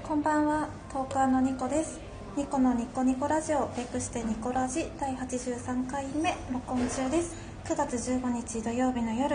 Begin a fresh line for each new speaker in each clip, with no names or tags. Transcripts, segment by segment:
こんばんは、トーカーのニコです。ニコのニコニコラジオ略してニコラジ第83回目録音中です。9月15日土曜日の夜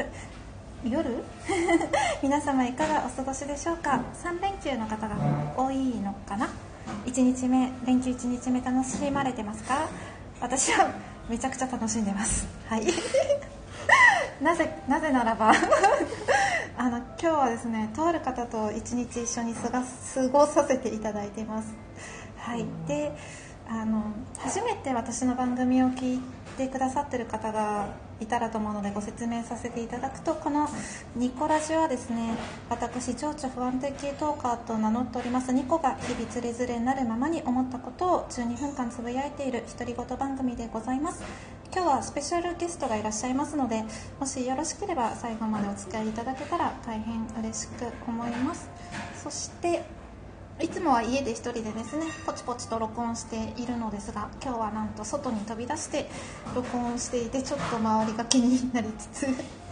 皆様いかがお過ごしでしょうか。3連休の方が多いのかな。1日目連休1日目楽しまれてますか？私はめちゃくちゃ楽しんでます。はいなぜならば今日はですね、とある方と一日一緒に過ごさせていただいています。はい。で、初めて私の番組を聞いてくださっている方がいたらと思うのでご説明させていただくと、このニコラジはですね、私情緒不安定系トーカーと名乗っておりますニコが日々つれづれになるままに思ったことを12分間つぶやいている独り言番組でございます。今日はスペシャルゲストがいらっしゃいますので、もしよろしければ最後までお付き合いいただけたら大変嬉しく思います。そしていつもは家で一人でですね、ポチポチと録音しているのですが、今日はなんと外に飛び出して録音していて、ちょっと周りが気になりつつ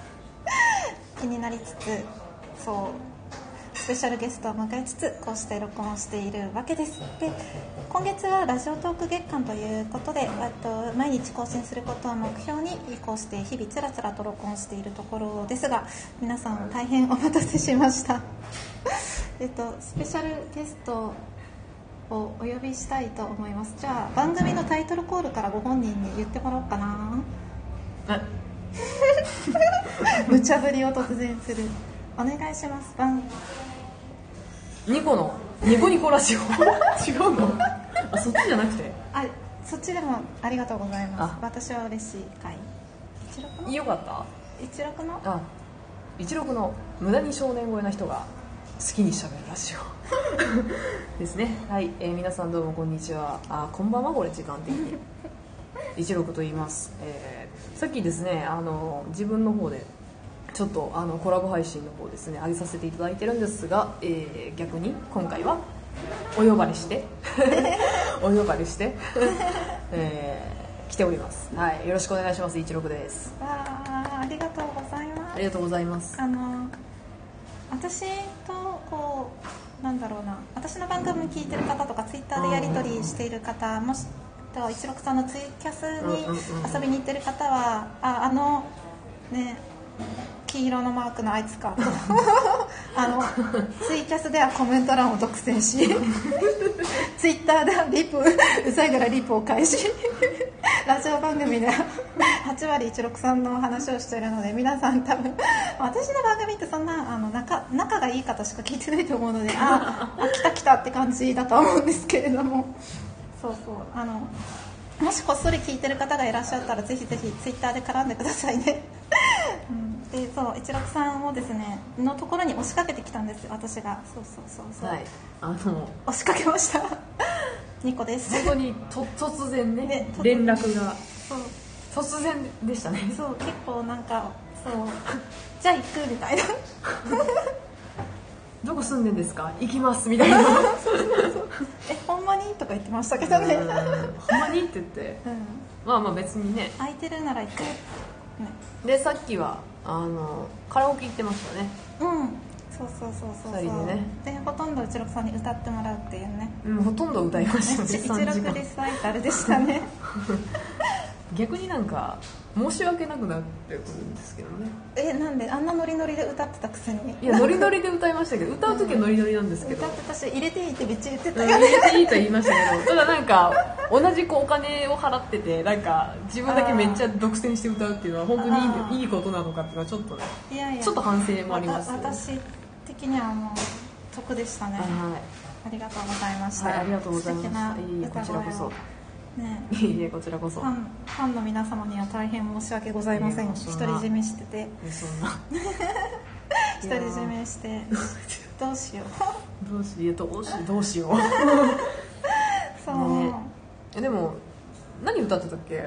そうスペシャルゲストを迎えつつこうして録音しているわけです。で、今月はラジオトーク月間ということで、毎日更新することを目標にこうして日々つらつらと録音しているところですが、皆さん大変お待たせしましたスペシャルゲストをお呼びしたいと思います。じゃあ番組のタイトルコールからご本人に言ってもらおうかな無茶ぶりを突然する。お願いします。
ニコのニコニコラジオ違うの？あ、そっちじゃなくて、
そっちでもありがとうございます。私は嬉しい。
よかった。16の無駄に少年超えな人が好きにしゃべるラジオですね。はい、皆さんどうもこんにちは。こんばんは。これ時間的に16と言います。さっきですね、自分の方でちょっとコラボ配信の方ですね上げさせていただいてるんですが、逆に今回はお呼ばれして来ております。はい、よろしくお願いします。16です。
ありがとうございます。
ありがとうございます。
私とこうなんだろうな、私の番組聞いてる方とかツイッターでやり取りしている方、もしくは16さんのツイキャスに遊びに行ってる方はね、黄色のマークのあいつかツイキャスではコメント欄を独占しツイッターではうざいからリプを返しラジオ番組では8割16さんの話をしているので、皆さん多分私の番組ってそんな仲がいい方しか聞いてないと思うので来たって感じだと思うんですけれども、もしこっそり聞いてる方がいらっしゃったらぜひぜひツイッターで絡んでくださいねで、16さんをですねのところに押しかけてきたんですよ、私が。
はい、
押しかけましたニコです。
本当に突然ね連絡が突然でしたね。
結構なんかじゃあ行くみたいな
どこ住んでんですか？行きますみたいな
ほんまにとか言ってましたけどね
ほんまにって言って、まあ別にね、
空いてるなら行く、
でさっきはカラオケ行ってましたね。
そう
2人でね。
でほとんど16さんに歌ってもらうっていうね。
ほとんど歌いましたね。
16リサイタルでしたね
逆になんか申し訳なくなってくるんですけどね。
なんであんなノリノリで歌ってたくせに。
いやノリノリで歌いましたけど、歌う時はノリノリなんですけど、
歌って私入れていいってめっちゃ言ってたよね。
入れていいと言いましたけど、ただなんか同じお金を払ってて、なんか自分だけめっちゃ独占して歌うっていうのは本当にいいことなのかっていうのはちょっとね、ちょっと反省もあります、
私的にはもう得でしたね。ありがとうございました。
ありがとうございました。こちらこそ。いいこちらこそ。フ
ァンの皆様には大変申し訳ございません。独り占めしてて。
そんな。
独り占めしてどうしよ
う。そう。でも何歌ってたっけ？ニ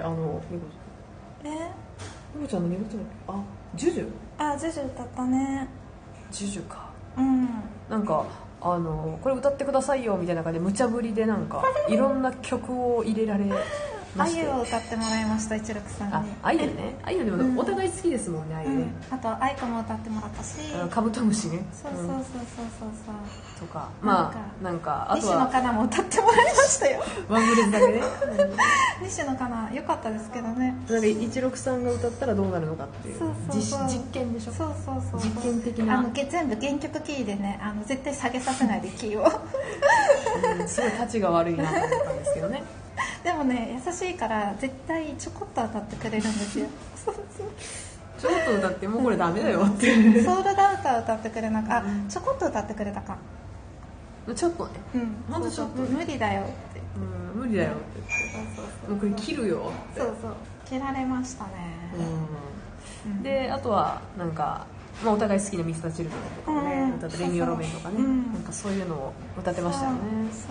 コちゃんのニコちゃんだっけ？ジュジュ？
ジュジュ歌ったね。
ジュジュか。なんかこれ歌ってくださいよみたいな感じで無茶ぶりでなんかいろんな曲を入れられまして、あゆ
を歌ってもらいました。16さんに。
あゆね、あゆでもお互い好きですもんね、あゆね。
あとあいこも歌ってもらったし、
カブトムシね。
そう
とか、まあなんかあと
西野
は
カナも歌ってもらいましたよ。
ワンフレーズだけね
西野カナ良かったですけどね。
なんか16さんが歌ったらどうなるのかっていう
そうそうそう
実験でしょ。
そうそうそう、
実験的な
全部原曲キーでね、絶対下げさせないでキーを
すごいタチが悪いなと思ったんですけどね
でもね優しいから絶対ちょこっと歌ってくれるんですよそうそう
ちょっと歌ってもうこれダメだよって
ソウルダウター歌ってくれなか、ちょこっと歌ってくれたか、
ちょっとね、
ほんとちょっと無理だよって、
無理だよって言って、もうこれ切るよって、
そうそう切られましたね、
であとはなんか、まあ、お互い好きなミスターチルドレンとかね、歌ってレミオロメンとかね、なんかそういうのを歌ってましたよね。
そう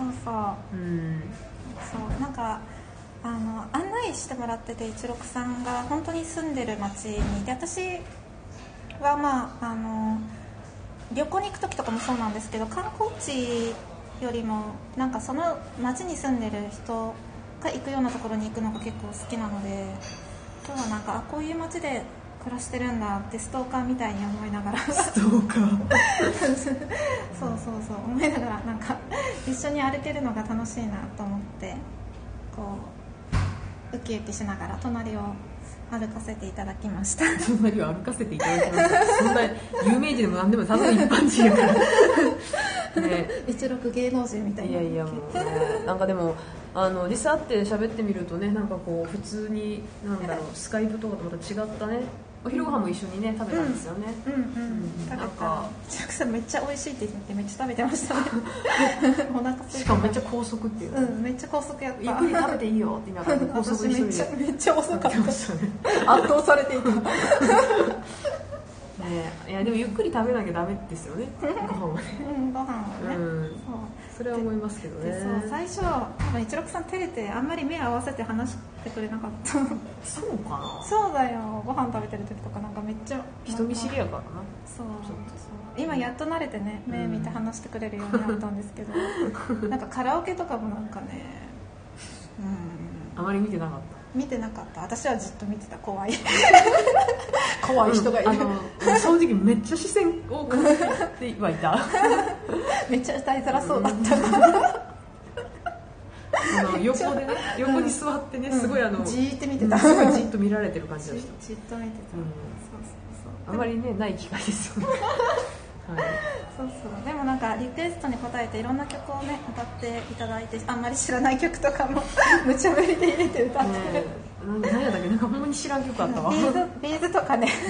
なんか案内してもらってて16さんが本当に住んでる町にいて、私はまあ旅行に行く時とかもそうなんですけど、観光地よりもなんかその町に住んでる人が行くようなところに行くのが結構好きなので、今日はなんかこういう町で暮らしてるんだってストーカーみたいに思いながら
ストーカー
そう思いながらなんか一緒に歩けるのが楽しいなと思って、こうウキウキしながら隣を歩かせていただきました。
隣を歩かせていただきました。そんな有名人でも何でもただの一般人やからね、
16芸能人みたいな。
いやもうね、なんかでも実際会って喋ってみるとね、なんかこう普通になんだろうスカイプとかとまた違ったね、お昼ご飯も一緒にね食べたんですよね。
食べた。千秋さんめっちゃ美味しいって言ってめっちゃ食べてましたね。お腹空いてた。
しかもめっちゃ高速っていう。
めっちゃ高速やった。
ゆっくり食べていいよって言いながら高速一人で。
めっちゃ遅かった。
圧
倒されていた。
いやでもゆっくり食べなきゃダメですよね。ご飯はね。
ご飯はね。
それは思いますけどね。
最初多分16さん照れてあんまり目合わせて話してくれなかった。
そうかな。
そうだよ。ご飯食べてる時とかなんかめっちゃ
人見知りやからな。
そう今やっと慣れてね、目見て話してくれるようになったんですけど、なんかカラオケとかもなんかね、
あまり見てなかった。
見てなかった。私はじっと見てた。怖い怖い人がいる。
正直めっちゃ視線をかけてはいた。
めっちゃ歌いづらそうだった
横でね、横に座ってね、すごい
じーって見てた。
すごいじっと見られてる感じでした。
じっと見て
た。あまりねない機会ですよね。
でもなんかリクエストに応えていろんな曲をね歌っていただいて、あんまり知らない曲とかも無茶ぶりで入れて歌ってる。
何やったっけ、なんかほんまに知らん曲あったわ。
ビーズとかね。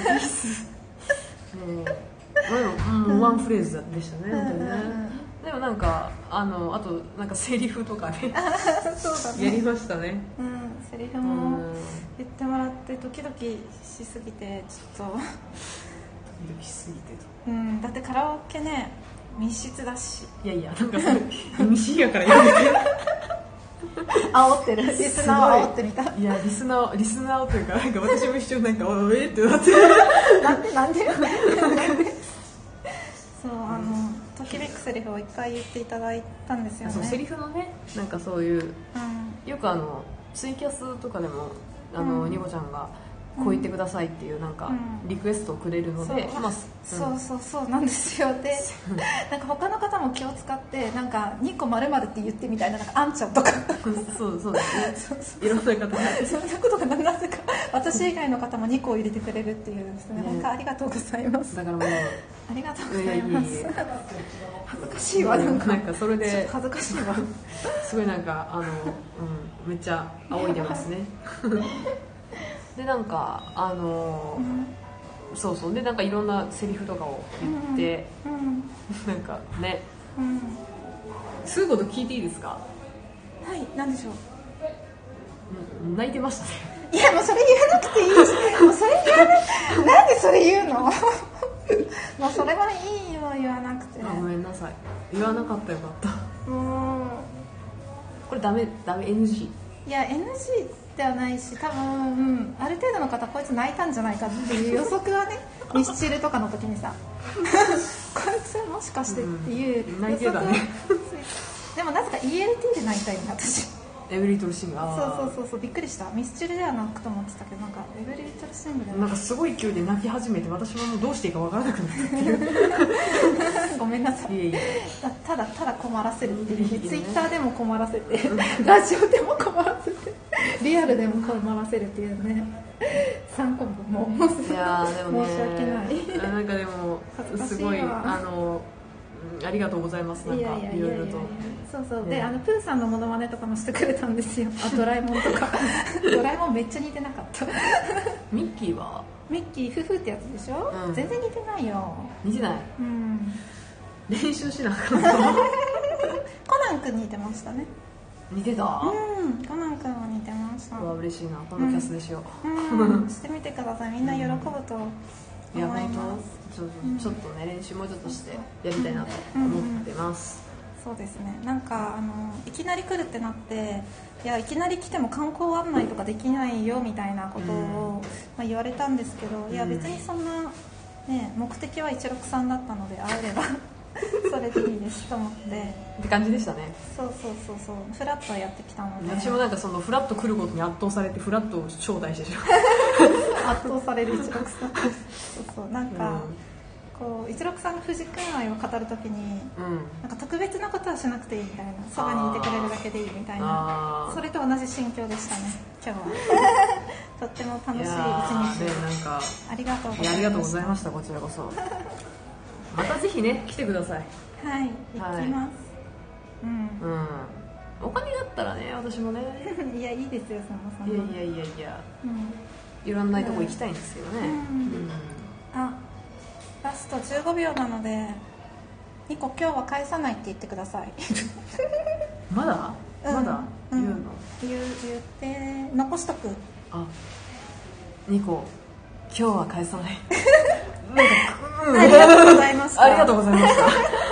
ワンフレーズでしたね、本当にね。でもなんかあとなんかセリフとかねやりましたね。
セリフも言ってもらってドキドキしすぎてちょっとだってカラオケね密室だし。
いやなんかそれ MC やからやめて。
煽ってる。リスナーを煽ってみた。
いやリスナーをというか、なんか私も一緒なんかってなって
なんでそうときめくセリフをいっぱい言っていただいたんですよね。
そうセリフのね、なんかそういう、よくツイキャスとかでもニコちゃんがこう言ってくださいっていうなんかリクエストをくれるので、
そうなんですよ。でなんか他の方も気を使ってなんか2個丸々って言ってみたいな、なんかあんちゃんとか
そうですね。いろんな方が
そんなことがなぜか私以外の方も2個入れてくれるっていうですね。本当ありがとうございます。
だからもう
ありがとうございます。恥ずかしいわ。なんか
それで
恥ずかしいわ。
すごいなんかめっちゃ仰いでますね。でなんかそうでなんかいろんなセリフとかを言って、なんかね、すぐこと聞いていいですか？
はい、なんでしょ
う。泣いてましたね。
いやもうそれ言わなくていいし、もうそれ言わななんでそれ言うの？もうそれはいいよ言わなくて。
ごめんなさい。言わなかったよかった。これダメ NG。い
や NGではないし、多分、ある程度の方こいつ泣いたんじゃないかっていう予測はね、ミスチルとかの時にさこいつもしかしてっていう
泣いてたね。
でもなぜか ELT で泣いたよね私。
エブリリトルシング。
そうびっくりした。ミスチルでは泣くと思ってたけど、なんかエブリリトルシングで
なんかすごい勢いで泣き始めて、私ももうどうしていいかわからなくなったっていう
ごめんなさい。
いえいえ、
ただ困らせるっていうね。ツイッターでも困らせて、ラジオでも困らせて、リアルでも困らせるっていうね。3コンボもう
いやでもね、
申し訳ない。
なんかでもすごいありがとうございます。なんかいろいろと。
そうで、プーさんのモノマネとかもしてくれたんですよ。ドラえもんとか。ドラえもんめっちゃ似てなかった。
ミッキーは？
ミッキー夫婦ってやつでしょ、全然似てないよ。
似てない？練習しなかった。
コナン君似てましたね。
似てた？
コナン君は似てました。
嬉しいな。今度キャスでしよ
う。してみてください。みんな喜ぶと思います。
ちょっとね、練習もうちょっとしてやりたいなと思ってます。
そうですね。なんかいきなり来るってなって、いやいきなり来ても観光案内とかできないよみたいなことを、言われたんですけど、いや別にそんなね、目的は163だったので会えればそれでいいですと思って
感じでしたね。
そうフラットやってきたので、
私もなんかそのフラット来ることに圧倒されて、フラットを招待してしまう。
圧倒される163なんか、こう163の藤君愛を語るときに、なんか特別なことはしなくていいみたいな、そばにいてくれるだけでいいみたいな、それと同じ心境でしたね今日は。とっても楽しい一日、
なんか
ありがとうございました。
ありがとうございました。こちらこそまたぜひね、来てください。
はい、行きます。
お金があったらね、私もね。
いや、いいですよ、その
いや、いろんなとこ行きたいんですけどね。
ラスト15秒なので、ニコ今日は返さないって言ってください。
まだ言うの？
言って残しとく。
ニコ今日は返さない。
ありがとうございました。
ありがとうございました。